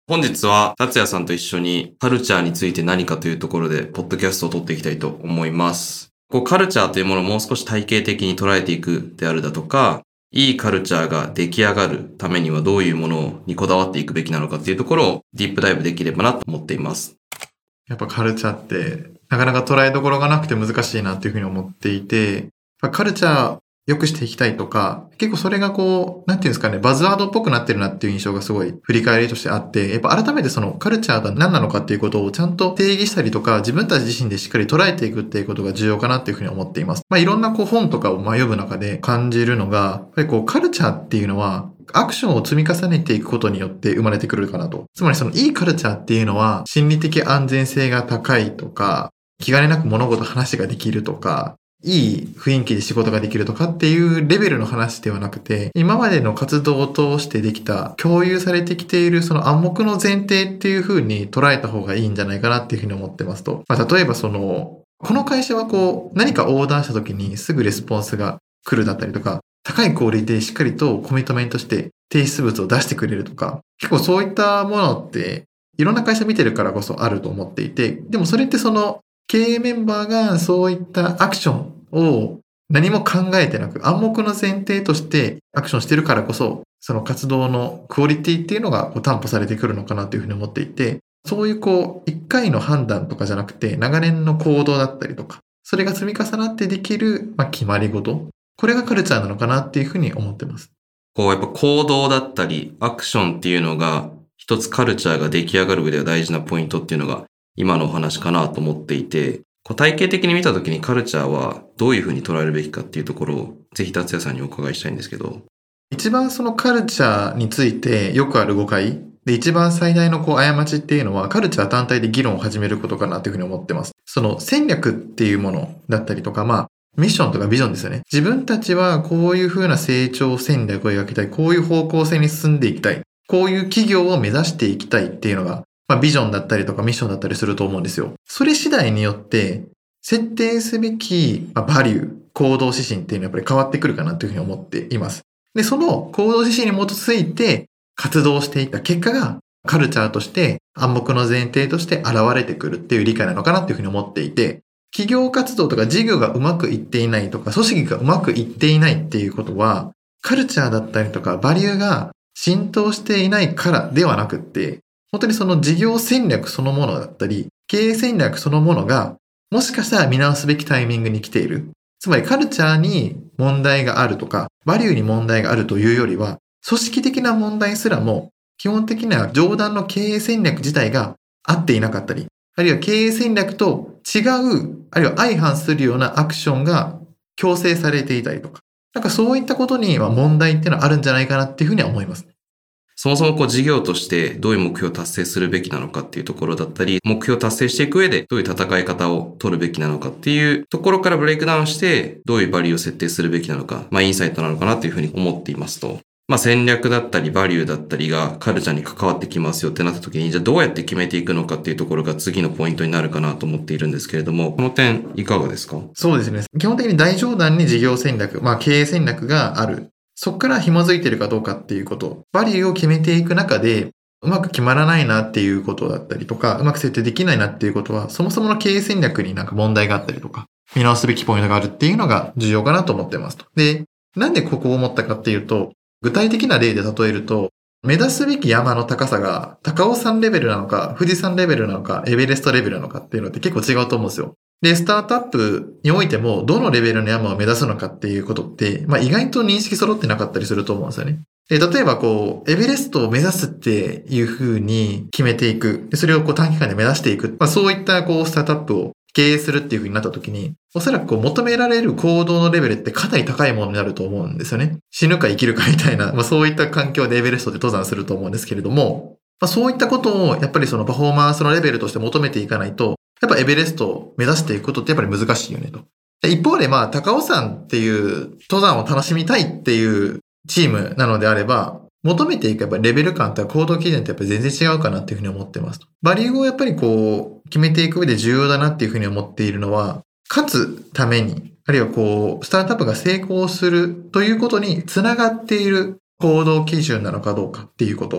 本日は達也さんと一緒にカルチャーについて何かというところでポッドキャストを撮っていきたいと思います。カルチャーというものをもう少し体系的に捉えていくであるだとか、いいカルチャーが出来上がるためにはどういうものにこだわっていくべきなのかっていうところをディープダイブできればなと思っています。 やっぱカルチャーってなかなか捉えどころがなくて難しいなっていうふうに思っていて、カルチャー良くしていきたいとか、結構それがなんていうんですかね、バズワードっぽくなってるなっていう印象がすごい振り返りとしてあって、やっぱ改めてそのカルチャーが何なのかっていうことをちゃんと定義したりとか、自分たち自身でしっかり捉えていくっていうことが重要かなっていうふうに思っています。いろんな本とかを読む中で感じるのが、やっぱりカルチャーっていうのは、アクションを積み重ねていくことによって生まれてくるかなと。つまりいいカルチャーっていうのは、心理的安全性が高いとか、気兼ねなく物事話ができるとか、いい雰囲気で仕事ができるとかっていうレベルの話ではなくて、今までの活動を通してできた、共有されてきているその暗黙の前提っていう風に捉えた方がいいんじゃないかなっていう風に思ってますと。例えばこの会社は何かオーダーした時にすぐレスポンスが来るだったりとか、高いクオリティでしっかりとコミットメントして提出物を出してくれるとか、結構そういったものっていろんな会社見てるからこそあると思っていて、でもそれって経営メンバーがそういったアクションを何も考えてなく暗黙の前提としてアクションしてるからこそ、その活動のクオリティっていうのが担保されてくるのかなというふうに思っていて、そういう一回の判断とかじゃなくて長年の行動だったりとか、それが積み重なってできる、決まり事。これがカルチャーなのかなっていうふうに思ってます。 やっぱ行動だったりアクションっていうのが一つカルチャーが出来上がる上では大事なポイントっていうのが今のお話かなと思っていて、体系的に見たときにカルチャーはどういうふうに捉えるべきかっていうところをぜひ達也さんにお伺いしたいんですけど。 一番カルチャーについてよくある誤解で一番最大の過ちっていうのはカルチャー単体で議論を始めることかなというふうに思ってます。戦略っていうものだったりとか、ミッションとかビジョンですよね。自分たちはこういう風な成長戦略を描きたい。こういう方向性に進んでいきたい。こういう企業を目指していきたいっていうのが、ビジョンだったりとかミッションだったりすると思うんですよ。それ次第によって、設定すべき、バリュー、行動指針っていうのはやっぱり変わってくるかなというふうに思っています。で、その行動指針に基づいて活動していった結果が、カルチャーとして暗黙の前提として現れてくるっていう理解なのかなというふうに思っていて、企業活動とか事業がうまくいっていないとか、組織がうまくいっていないっていうことは、カルチャーだったりとか、バリューが浸透していないからではなくって、本当に事業戦略そのものだったり、経営戦略そのものが、もしかしたら見直すべきタイミングに来ている。つまりカルチャーに問題があるとか、バリューに問題があるというよりは、組織的な問題すらも、基本的には上段の経営戦略自体が合っていなかったり、あるいは経営戦略と違う、あるいは相反するようなアクションが強制されていたりとか、そういったことには問題っていうのはあるんじゃないかなっていうふうには思います。 そもそも事業としてどういう目標を達成するべきなのかっていうところだったり、目標を達成していく上でどういう戦い方を取るべきなのかっていうところからブレイクダウンして、どういうバリューを設定するべきなのか、インサイトなのかなというふうに思っていますと。戦略だったりバリューだったりがカルチャーに関わってきますよってなった時に、じゃあどうやって決めていくのかっていうところが次のポイントになるかなと思っているんですけれども、この点いかがですか？ そうですね。基本的に大上段に事業戦略、経営戦略がある。そこから紐づいているかどうかっていうこと。バリューを決めていく中で、うまく決まらないなっていうことだったりとか、うまく設定できないなっていうことは、そもそもの経営戦略に問題があったりとか、見直すべきポイントがあるっていうのが重要かなと思ってますと。で、なんでここを思ったかっていうと、具体的な例で例えると、目指すべき山の高さが高尾山レベルなのか、富士山レベルなのか、エベレストレベルなのかっていうのって結構違うと思うんですよ。で、スタートアップにおいても、どのレベルの山を目指すのかっていうことって、意外と認識揃ってなかったりすると思うんですよね。で、例えばエベレストを目指すっていう風に決めていく。で、それを短期間で目指していく。そういったスタートアップを経営するっていう風になった時に、おそらく求められる行動のレベルってかなり高いものになると思うんですよね。死ぬか生きるかみたいな、そういった環境でエベレストで登山すると思うんですけれども、そういったことをやっぱりパフォーマンスのレベルとして求めていかないと、やっぱエベレストを目指していくことってやっぱり難しいよねと。一方で高尾山っていう登山を楽しみたいっていうチームなのであれば、求めていくやっぱりレベル感とか行動基準ってやっぱり全然違うかなっていうふうに思ってますと。バリューをやっぱり決めていく上で重要だなっていうふうに思っているのは、勝つために、あるいはスタートアップが成功するということにつながっている行動基準なのかどうかっていうこと。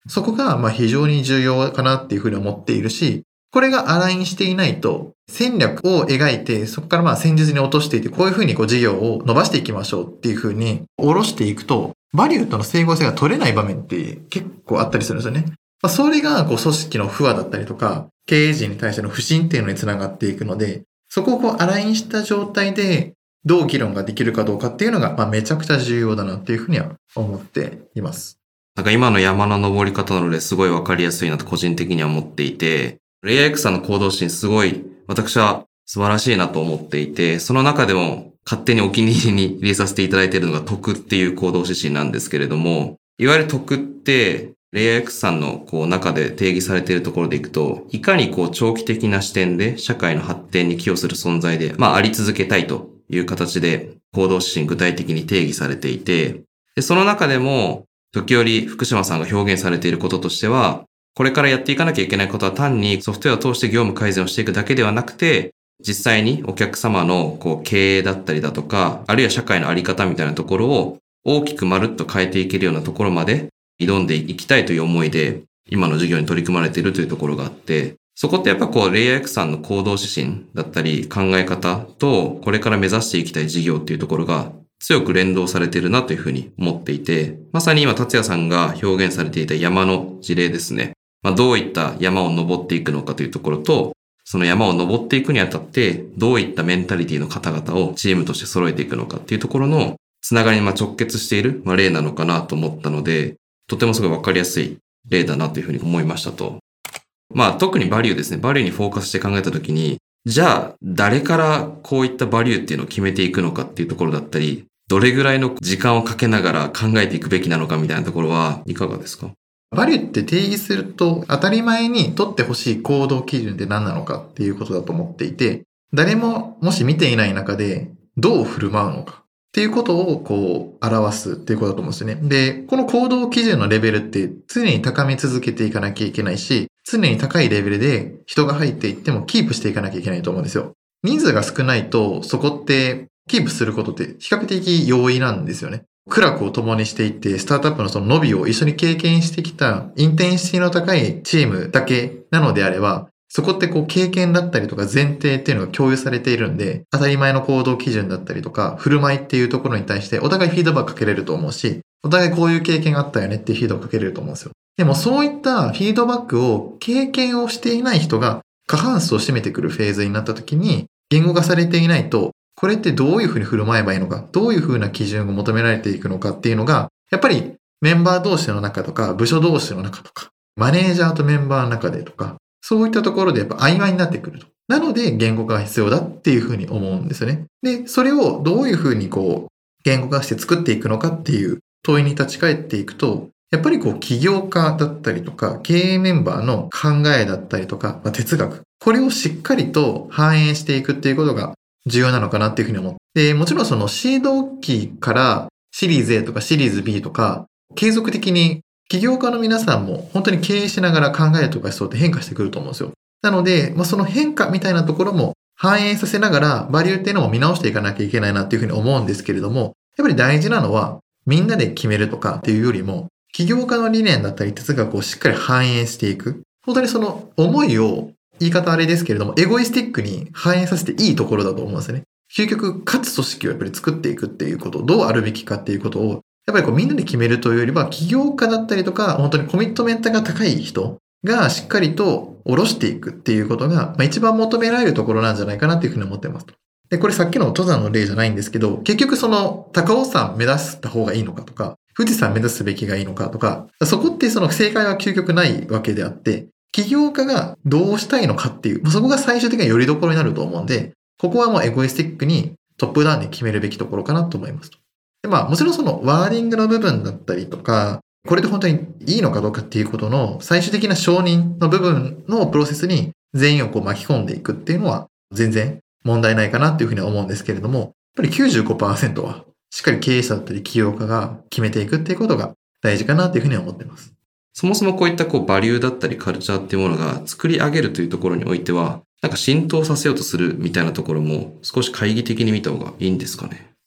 そこが非常に重要かなっていうふうに思っているし、これがアラインしていないと、戦略を描いて、そこから戦術に落としていって、こういうふうに事業を伸ばしていきましょうっていうふうに下ろしていくと、バリューとの整合性が取れない場面って結構あったりするんですよね。それが組織の不和だったりとか、経営陣に対しての不信っていうのにつながっていくので、そこをアラインした状態でどう議論ができるかどうかっていうのがめちゃくちゃ重要だなっていうふうには思っています。 なんか今の山の登り方なのですごいわかりやすいなと個人的には思っていて、レイヤー X さんの行動指針すごい私は素晴らしいなと思っていて、その中でも勝手にお気に入りに入れさせていただいているのが徳っていう行動指針なんですけれども、いわゆる徳ってレイヤー X さんの中で定義されているところでいくと、いかに長期的な視点で社会の発展に寄与する存在で、あり続けたいという形で行動指針具体的に定義されていて、でその中でも時折福島さんが表現されていることとしては、これからやっていかなきゃいけないことは単にソフトウェアを通して業務改善をしていくだけではなくて、実際にお客様の経営だったりだとか、あるいは社会のあり方みたいなところを大きくまるっと変えていけるようなところまで挑んでいきたいという思いで、今の授業に取り組まれているというところがあって、そこってやっぱレイヤー X さんの行動指針だったり考え方と、これから目指していきたい事業っていうところが強く連動されているなというふうに思っていて、まさに今達也さんが表現されていた山の事例ですね。どういった山を登っていくのかというところと、その山を登っていくにあたって、どういったメンタリティの方々をチームとして揃えていくのかっていうところのつながりに直結している例なのかなと思ったので、とてもすごいわかりやすい例だなというふうに思いましたと。特にバリューですね。バリューにフォーカスして考えたときに、じゃあ誰からこういったバリューっていうのを決めていくのかっていうところだったり、どれぐらいの時間をかけながら考えていくべきなのかみたいなところはいかがですか？ バリューって定義すると当たり前に取ってほしい行動基準って何なのかっていうことだと思っていて、誰ももし見ていない中でどう振る舞うのかっていうことを表すっていうことだと思うんですよね。で、この行動基準のレベルって常に高め続けていかなきゃいけないし、常に高いレベルで人が入っていってもキープしていかなきゃいけないと思うんですよ。人数が少ないとそこってキープすることって比較的容易なんですよね。苦楽を共にしていって、スタートアップのその伸びを一緒に経験してきたインテンシティの高いチームだけなのであれば、そこって経験だったりとか前提っていうのが共有されているんで、当たり前の行動基準だったりとか、振る舞いっていうところに対してお互いフィードバックかけれると思うし、お互いこういう経験があったよねっていうフィードバックかけれると思うんですよ。でもそういったフィードバックを経験をしていない人が過半数を占めてくるフェーズになった時に、言語化されていないと、これってどういうふうに振る舞えばいいのか、どういうふうな基準が求められていくのかっていうのが、やっぱりメンバー同士の中とか、部署同士の中とか、マネージャーとメンバーの中でとか、そういったところでやっぱ曖昧になってくると。なので言語化が必要だっていうふうに思うんですよね。で、それをどういうふうに言語化して作っていくのかっていう問いに立ち返っていくと、やっぱり起業家だったりとか、経営メンバーの考えだったりとか、哲学。これをしっかりと反映していくっていうことが重要なのかなっていうふうに思って。もちろんそのシード期からシリーズ A とかシリーズ B とか、継続的に起業家の皆さんも本当に経営しながら考えとか思想って変化してくると思うんですよ。なので、その変化みたいなところも反映させながら、バリューっていうのも見直していかなきゃいけないなっていうふうに思うんですけれども、やっぱり大事なのは、みんなで決めるとかっていうよりも、起業家の理念だったり哲学をしっかり反映していく。本当にその思いを、言い方あれですけれども、エゴイスティックに反映させていいところだと思うんですよね。究極、勝つ組織をやっぱり作っていくっていうこと、どうあるべきかっていうことを、やっぱりみんなで決めるというよりは、起業家だったりとか、本当にコミットメントが高い人がしっかりと下ろしていくっていうことが、一番求められるところなんじゃないかなっていうふうに思ってます。で、これさっきの登山の例じゃないんですけど、結局その高尾山目指した方がいいのかとか、富士山目指すべきがいいのかとか、そこってその正解は究極ないわけであって、起業家がどうしたいのかっていう、そこが最終的にはよりどころになると思うんで、ここはもうエゴイスティックにトップダウンで決めるべきところかなと思います。で、もちろんそのワーディングの部分だったりとか、これで本当にいいのかどうかっていうことの最終的な承認の部分のプロセスに全員を巻き込んでいくっていうのは全然問題ないかなっていうふうには思うんですけれども、やっぱり 95% はしっかり経営者だったり起業家が決めていくっていうことが大事かなっていうふうには思っています。 そもそもこういったバリューだったりカルチャーっていうものが作り上げるというところにおいては、なんか浸透させようとするみたいなところも少し懐疑的に見た方がいいんですかね。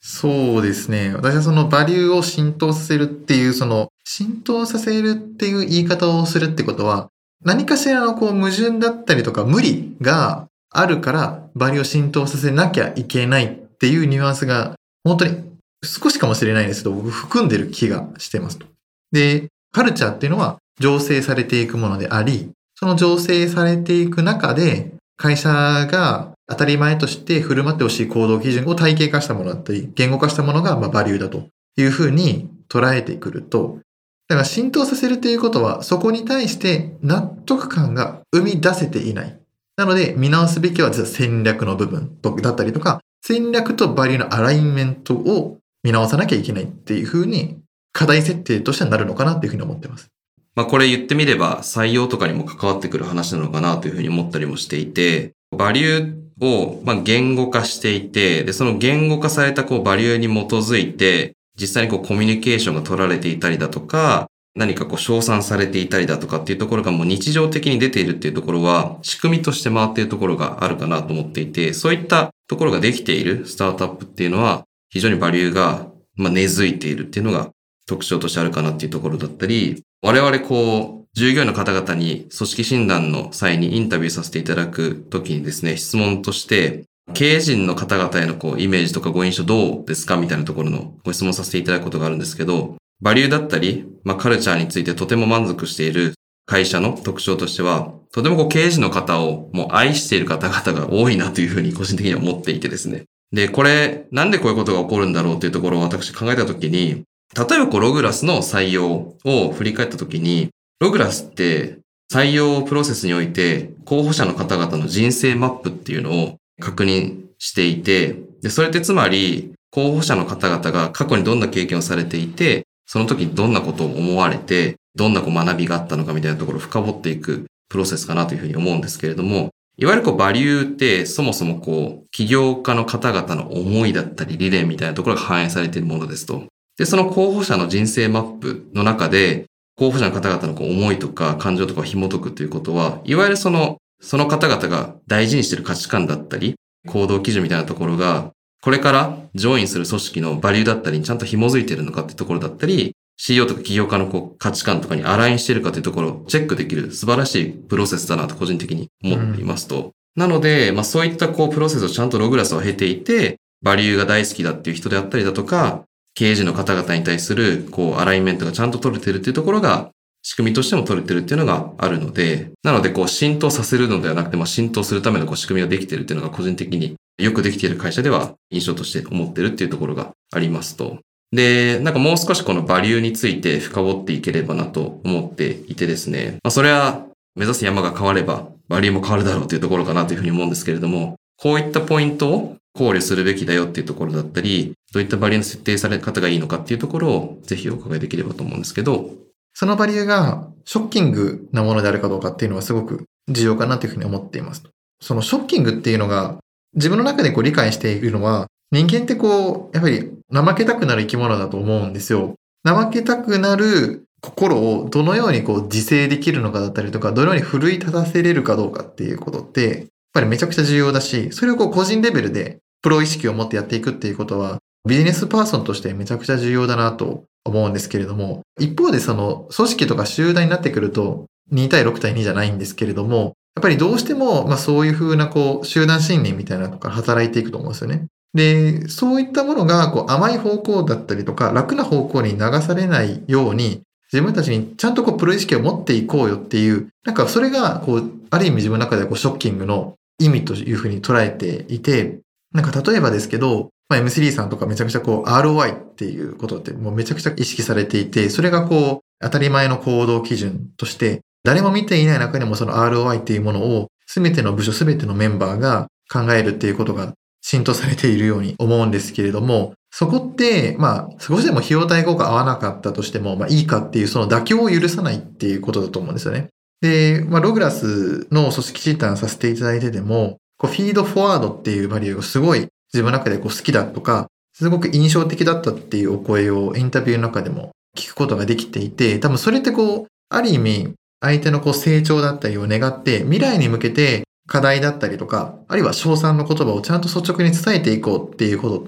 そうですね。私はそのバリューを浸透させるっていう、浸透させるっていう言い方をするってことは、何かしらの矛盾だったりとか無理があるからバリューを浸透させなきゃいけないっていうニュアンスが本当に少しかもしれないんですけど、僕含んでる気がしてますと。で、カルチャーっていうのは醸成されていくものであり、その醸成されていく中で会社が当たり前として振る舞ってほしい行動基準を体系化したものだったり、言語化したものがバリューだというふうに捉えてくると、だから浸透させるということは、そこに対して納得感が生み出せていない。なので、見直すべきは実は戦略の部分だったりとか、戦略とバリューのアラインメントを見直さなきゃいけないっていうふうに、課題設定としてはなるのかなっていうふうに思ってます。 これ言ってみれば採用とかにも関わってくる話なのかなというふうに思ったりもしていて、バリューを言語化していて、で、その言語化されたバリューに基づいて、実際にコミュニケーションが取られていたりだとか、何か称賛されていたりだとかっていうところがもう日常的に出ているっていうところは、仕組みとして回っているところがあるかなと思っていて、そういったところができているスタートアップっていうのは、非常にバリューが根付いているっていうのが特徴としてあるかなっていうところだったり、我々従業員の方々に組織診断の際にインタビューさせていただくときにですね、質問として、経営陣の方々へのイメージとかご印象どうですかみたいなところのご質問させていただくことがあるんですけど、バリューだったり、カルチャーについてとても満足している会社の特徴としては、とても経営陣の方をもう愛している方々が多いなというふうに個人的には思っていてですね。で、なんでこういうことが起こるんだろうというところを私考えたときに、例えばログラスの採用を振り返ったときに、ログラスって採用プロセスにおいて候補者の方々の人生マップっていうのを確認していて、で、それってつまり候補者の方々が過去にどんな経験をされていて、その時にどんなことを思われて、どんな学びがあったのかみたいなところを深掘っていくプロセスかなというふうに思うんですけれども、いわゆるバリューってそもそも起業家の方々の思いだったり理念みたいなところが反映されているものですと。で、その候補者の人生マップの中で、候補者の方々の思いとか感情とかを紐解くということは、いわゆるその方々が大事にしている価値観だったり、行動基準みたいなところが、これからジョインする組織のバリューだったりにちゃんと紐づいているのかっていうところだったり、CEO とか起業家の価値観とかにアラインしているかというところをチェックできる素晴らしいプロセスだなと個人的に思っていますと。なので、そういったプロセスをちゃんとログラスを経ていて、バリューが大好きだっていう人であったりだとか、経営陣の方々に対するアラインメントがちゃんと取れてるっていうところが仕組みとしても取れてるっていうのがあるので、なので浸透させるのではなくて、浸透するための仕組みができてるっていうのが個人的によくできている会社では印象として思ってるっていうところがありますと。で、もう少しバリューについて深掘っていければなと思っていてですね。それは目指す山が変わればバリューも変わるだろうというところかなというふうに思うんですけれども、こういったポイントを考慮するべきだよっていうところだったり、どういったバリューの設定され方がいいのかっていうところをぜひお伺いできればと思うんですけど。 そのバリューがショッキングなものであるかどうかっていうのはすごく重要かなというふうに思っています。そのショッキングっていうのが自分の中で理解しているのは、人間ってやっぱり怠けたくなる生き物だと思うんですよ。怠けたくなる心をどのように自制できるのかだったりとか、どのように奮い立たせれるかどうかっていうことって、やっぱりめちゃくちゃ重要だし、それを個人レベルでプロ意識を持ってやっていくっていうことは、ビジネスパーソンとしてめちゃくちゃ重要だなと思うんですけれども、一方で組織とか集団になってくると、2対6対2じゃないんですけれども、やっぱりどうしても、そういう風な集団心理みたいなのから働いていくと思うんですよね。で、そういったものが甘い方向だったりとか、楽な方向に流されないように、自分たちにちゃんとプロ意識を持っていこうよっていう、それがある意味自分の中でショッキングの意味という風に捉えていて、例えばですけど、M3 さんとかめちゃくちゃROI っていうことってもうめちゃくちゃ意識されていて、それが当たり前の行動基準として、誰も見ていない中でもその ROI っていうものを全ての部署全てのメンバーが考えるっていうことが浸透されているように思うんですけれども、そこって、少しでも費用対効果合わなかったとしても、いいかっていうその妥協を許さないっていうことだと思うんですよね。で、ログラスの組織診断させていただいてでも、フィードフォワードっていうバリューがすごい自分の中で好きだとか、すごく印象的だったっていうお声をインタビューの中でも聞くことができていて、多分それってある意味相手の成長だったりを願って未来に向けて課題だったりとか、あるいは称賛の言葉をちゃんと率直に伝えていこうっていうことって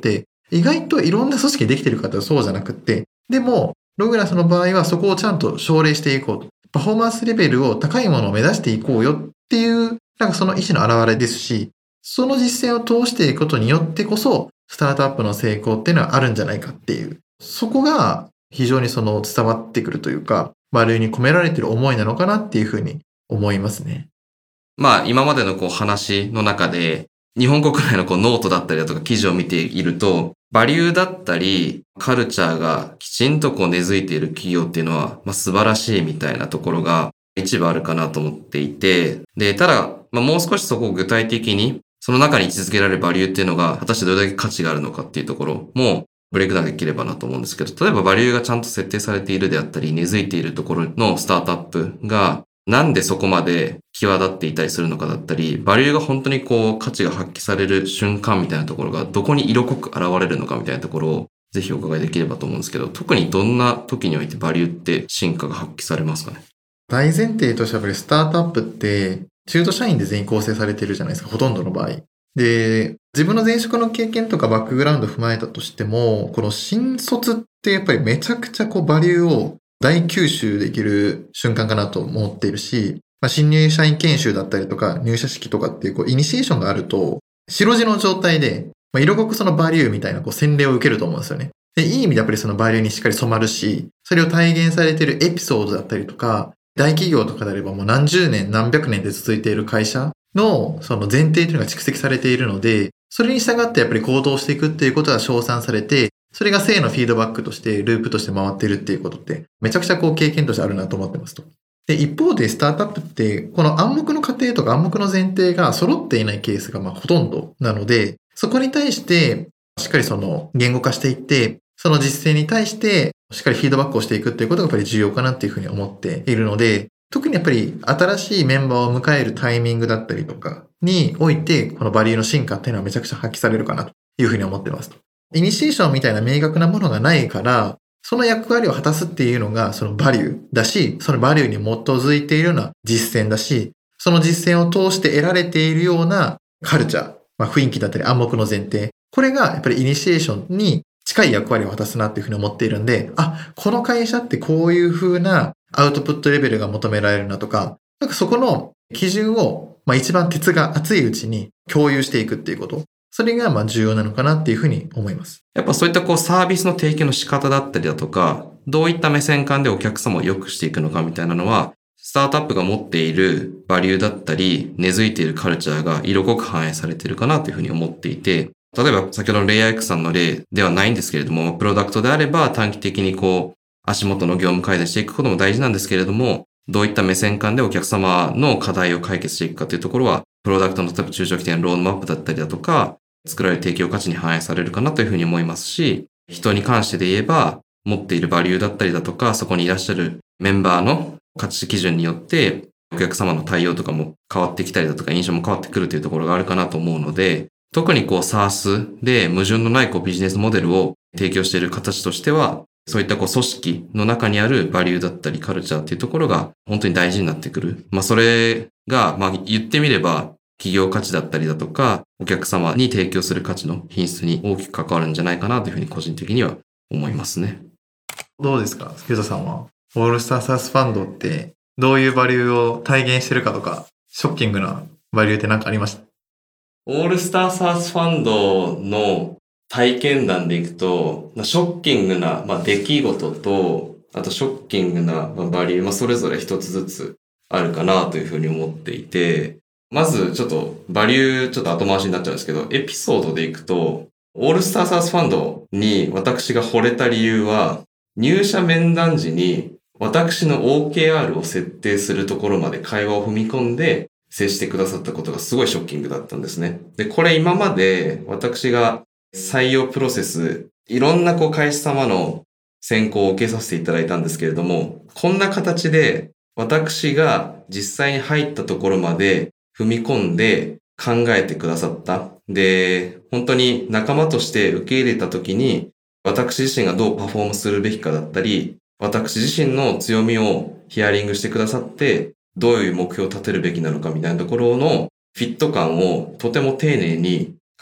意外といろんな組織できてる方はそうじゃなくって、でも、ログラスの場合はそこをちゃんと奨励していこうと。パフォーマンスレベルを高いものを目指していこうよっていう、なんかその意思の表れですし、その実践を通していくことによってこそ、スタートアップの成功っていうのはあるんじゃないかっていう。そこが非常にその伝わってくるというか、バリューに込められている思いなのかなっていうふうに思いますね。 まあ今までの話の中で、日本国内のノートだったりだとか記事を見ていると、バリューだったりカルチャーがきちんと根付いている企業っていうのは、素晴らしいみたいなところが一部あるかなと思っていて、で、ただ、もう少しそこを具体的に、その中に位置づけられるバリューっていうのが果たしてどれだけ価値があるのかっていうところもブレイクダウンできればなと思うんですけど、例えばバリューがちゃんと設定されているであったり、根付いているところのスタートアップがなんでそこまで際立っていたりするのかだったり、バリューが本当に価値が発揮される瞬間みたいなところがどこに色濃く現れるのかみたいなところをぜひお伺いできればと思うんですけど、特にどんな時においてバリューって進化が発揮されますかね？ 大前提としてはやっぱりスタートアップって中途社員で全員構成されてるじゃないですか、ほとんどの場合。で、自分の前職の経験とかバックグラウンドを踏まえたとしても、この新卒ってやっぱりめちゃくちゃバリューを大吸収できる瞬間かなと思っているし、新入社員研修だったりとか入社式とかっていうイニシエーションがあると、白地の状態で、色濃くそのバリューみたいな洗礼を受けると思うんですよね。で、いい意味でやっぱりそのバリューにしっかり染まるし、それを体現されているエピソードだったりとか、大企業とかであればもう何十年何百年で続いている会社のその前提というのが蓄積されているので、それに従ってやっぱり行動していくっていうことが称賛されて、それが正のフィードバックとしてループとして回っているっていうことってめちゃくちゃ経験としてあるなと思ってますと。で、一方でスタートアップってこの暗黙の過程とか暗黙の前提が揃っていないケースがほとんどなので、そこに対してしっかりその言語化していって、その実践に対してしっかりフィードバックをしていくっていうことがやっぱり重要かなっていうふうに思っているので、特にやっぱり新しいメンバーを迎えるタイミングだったりとかにおいて、このバリューの進化っていうのはめちゃくちゃ発揮されるかなというふうに思ってますと。イニシエーションみたいな明確なものがないから、その役割を果たすっていうのがそのバリューだし、そのバリューに基づいているような実践だし、その実践を通して得られているようなカルチャー、雰囲気だったり暗黙の前提。これがやっぱりイニシエーションに近い役割を果たすなっていうふうに思っているんで、この会社ってこういう風なアウトプットレベルが求められるなとか、そこの基準を一番鉄が熱いうちに共有していくっていうこと。それが重要なのかなっていうふうに思います。 やっぱそういったサービスの提供の仕方だったりだとか、どういった目線感でお客様を良くしていくのかみたいなのは、スタートアップが持っているバリューだったり、根付いているカルチャーが色濃く反映されているかなというふうに思っていて、例えば先ほどのレイヤー X さんの例ではないんですけれども、プロダクトであれば短期的に足元の業務改善していくことも大事なんですけれども、どういった目線感でお客様の課題を解決していくかというところは、プロダクトの例えば中長期的なロードマップだったりだとか、作られる提供価値に反映されるかなというふうに思いますし、人に関してで言えば、持っているバリューだったりだとか、そこにいらっしゃるメンバーの価値基準によって、お客様の対応とかも変わってきたりだとか、印象も変わってくるというところがあるかなと思うので、特にSaaS で矛盾のないビジネスモデルを提供している形としては、そういった組織の中にあるバリューだったりカルチャーっていうところが本当に大事になってくる。それが、言ってみれば企業価値だったりだとか、お客様に提供する価値の品質に大きく関わるんじゃないかなというふうに個人的には思いますね。 どうですか、ゆうとさんは。オールスターサースファンドってどういうバリューを体現してるかとか、ショッキングなバリューって何かありました？ オールスターサースファンドの体験談でいくと、ショッキングな、出来事と、あとショッキングなバリュー、それぞれ一つずつあるかなというふうに思っていて、まずちょっとバリューちょっと後回しになっちゃうんですけど、エピソードでいくと、オールスターサースファンドに私が惚れた理由は、入社面談時に私の OKR を設定するところまで会話を踏み込んで接してくださったことがすごいショッキングだったんですね。で、これ今まで私が採用プロセス、いろんな会社様の選考を受けさせていただいたんですけれども、こんな形で私が実際に入ったところまで踏み込んで考えてくださった。で、本当に仲間として受け入れたときに、私自身がどうパフォームするべきかだったり、私自身の強みをヒアリングしてくださって、どういう目標を立てるべきなのかみたいなところのフィット感をとても丁寧に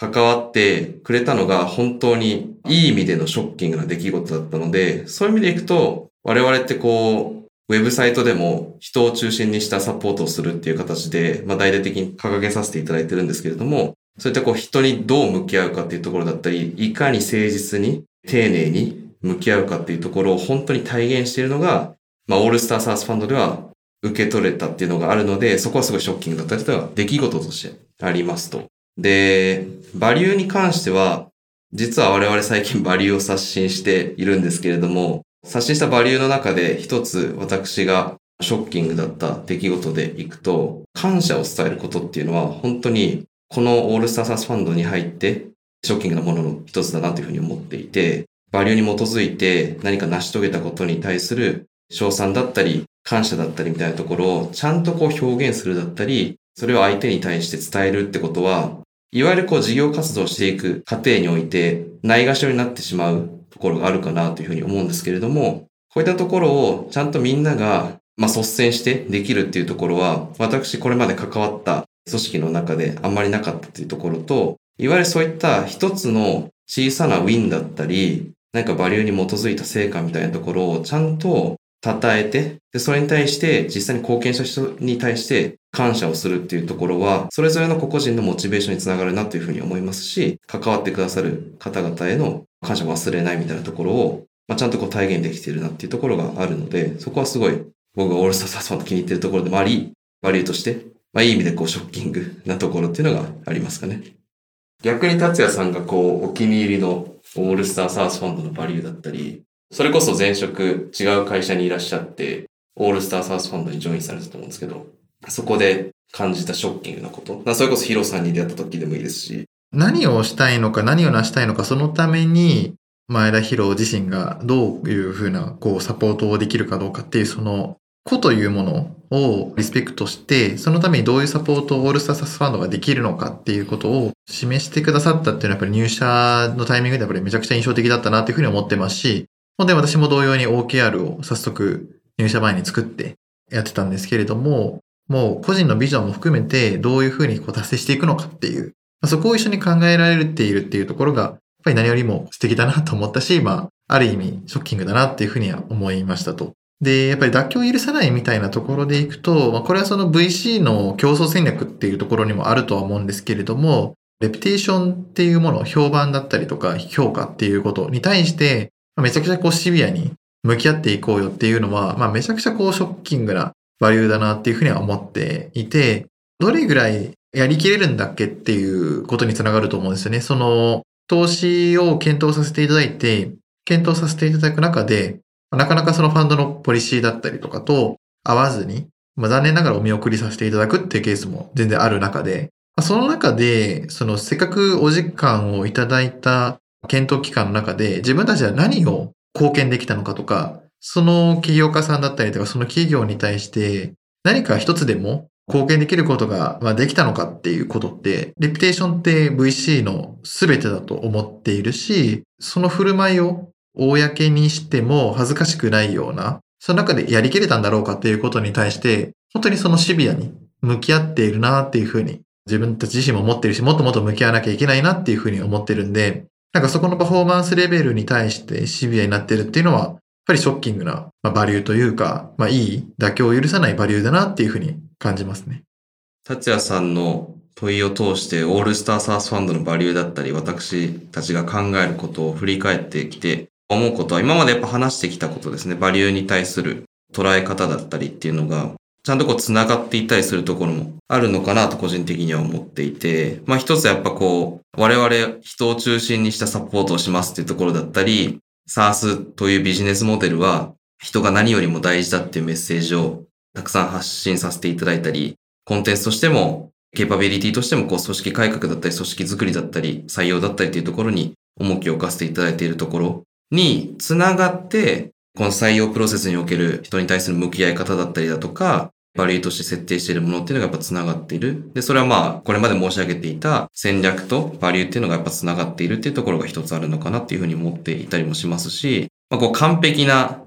関わってくれたのが本当にいい意味でのショッキングな出来事だったので、そういう意味でいくと、我々ってウェブサイトでも人を中心にしたサポートをするっていう形で、大々的に掲げさせていただいてるんですけれども、そういった人にどう向き合うかっていうところだったり、いかに誠実に、丁寧に向き合うかっていうところを本当に体現しているのが、オールスターサースファンドでは受け取れたっていうのがあるので、そこはすごいショッキングだったりとか、出来事としてありますと。で、バリューに関しては、実は我々最近バリューを刷新しているんですけれども、刷新したバリューの中で一つ私がショッキングだった出来事でいくと、感謝を伝えることっていうのは本当にこのオールスターサースファンドに入ってショッキングなものの一つだなというふうに思っていて、バリューに基づいて何か成し遂げたことに対する称賛だったり感謝だったりみたいなところをちゃんと表現するだったり、それを相手に対して伝えるってことは、いわゆる事業活動していく過程においてないがしろになってしまうところがあるかなというふうに思うんですけれども、こういったところをちゃんとみんなが率先してできるっていうところは、私これまで関わった組織の中であんまりなかったっていうところと、いわゆるそういった一つの小さなウィンだったり、バリューに基づいた成果みたいなところをちゃんと称えて、で、それに対して実際に貢献した人に対して感謝をするっていうところは、それぞれの個々人のモチベーションにつながるなというふうに思いますし、関わってくださる方々への感謝を忘れないみたいなところを、ちゃんと体現できているなっていうところがあるので、そこはすごい僕がオールスターサースファンド気に入っているところでもあり、バリューとして、いい意味でショッキングなところっていうのがありますかね。逆に達也さんがお気に入りのオールスターサースファンドのバリューだったり、それこそ前職違う会社にいらっしゃって、オールスターサースファンドにジョインされたと思うんですけど、そこで感じたショッキングなこと。それこそヒロさんに出会った時でもいいですし。 何をしたいのか、何を成したいのか、そのために、前田ヒロ自身がどういうふうな、サポートをできるかどうかっていう、その、個というものをリスペクトして、そのためにどういうサポートをオールスターサースファンドができるのかっていうことを示してくださったっていうのはやっぱり入社のタイミングでやっぱりめちゃくちゃ印象的だったなっていうふうに思ってますし、ほんで私も同様に OKR を早速入社前に作ってやってたんですけれども、もう個人のビジョンも含めてどういうふうに達成していくのかっていう、そこを一緒に考えられているっていうところが、やっぱり何よりも素敵だなと思ったし、ある意味ショッキングだなっていうふうには思いましたと。で、やっぱり妥協を許さないみたいなところでいくと、これはその VC の競争戦略っていうところにもあるとは思うんですけれども、レピテーションっていうもの、評判だったりとか評価っていうことに対して、めちゃくちゃシビアに向き合っていこうよっていうのは、めちゃくちゃショッキングなバリューだなっていうふうには思っていて、どれぐらいやりきれるんだっけっていうことにつながると思うんですよね。その投資を検討させていただいて、検討させていただく中で、なかなかそのファンドのポリシーだったりとかと合わずに、残念ながらお見送りさせていただくっていうケースも全然ある中で、その中で、せっかくお時間をいただいた検討期間の中で、自分たちは何を貢献できたのかとか、その起業家さんだったりとか、その企業に対して何か一つでも貢献できることができたのかっていうことって、レピュテーションって VC の全てだと思っているし、その振る舞いを公にしても恥ずかしくないような、その中でやりきれたんだろうかっていうことに対して、本当にそのシビアに向き合っているなっていうふうに自分たち自身も思ってるし、もっともっと向き合わなきゃいけないなっていうふうに思ってるんで、そこのパフォーマンスレベルに対してシビアになってるっていうのは、やっぱりショッキングなバリューというか、いい妥協を許さないバリューだなっていうふうに感じますね。 達也さんの問いを通してオールスターサースファンドのバリューだったり、私たちが考えることを振り返ってきて思うことは、今までやっぱ話してきたことですね。バリューに対する捉え方だったりっていうのが、ちゃんと繋がっていったりするところもあるのかなと個人的には思っていて、一つやっぱ我々人を中心にしたサポートをしますっていうところだったり、SaaS というビジネスモデルは人が何よりも大事だっていうメッセージをたくさん発信させていただいたり、コンテンツとしても、ケーパビリティとしても組織改革だったり、組織づくりだったり、採用だったりというところに重きを置かせていただいているところにつながって、この採用プロセスにおける人に対する向き合い方だったりだとか、バリューとして設定しているものっていうのがやっぱつながっている。で、それはこれまで申し上げていた戦略とバリューっていうのがやっぱつながっているっていうところが一つあるのかなっていうふうに思っていたりもしますし、完璧な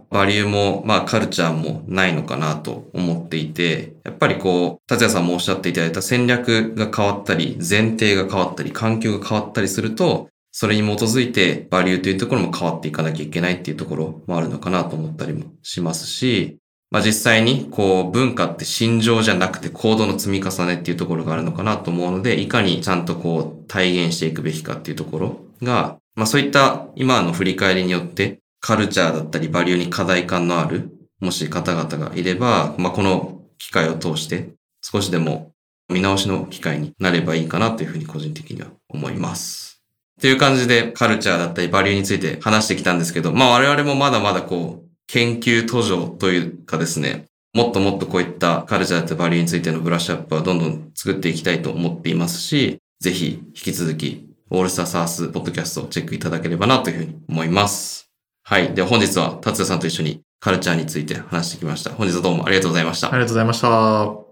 バリューも、カルチャーもないのかなと思っていて、やっぱり達也さんもおっしゃっていただいた戦略が変わったり、前提が変わったり、環境が変わったりすると、それに基づいてバリューというところも変わっていかなきゃいけないっていうところもあるのかなと思ったりもしますし、実際に文化って心情じゃなくて行動の積み重ねっていうところがあるのかなと思うので、いかにちゃんと体現していくべきかっていうところが、そういった今の振り返りによってカルチャーだったりバリューに課題感のあるもし方々がいれば、この機会を通して少しでも見直しの機会になればいいかなというふうに個人的には思います。という感じでカルチャーだったりバリューについて話してきたんですけど、我々もまだまだ研究途上というかですね、もっともっとこういったカルチャーだったりバリューについてのブラッシュアップはどんどん作っていきたいと思っていますし、ぜひ引き続きオールスターサースポッドキャストをチェックいただければなというふうに思います。はい。では本日は達也さんと一緒にカルチャーについて話してきました。本日はどうもありがとうございました。 ありがとうございました。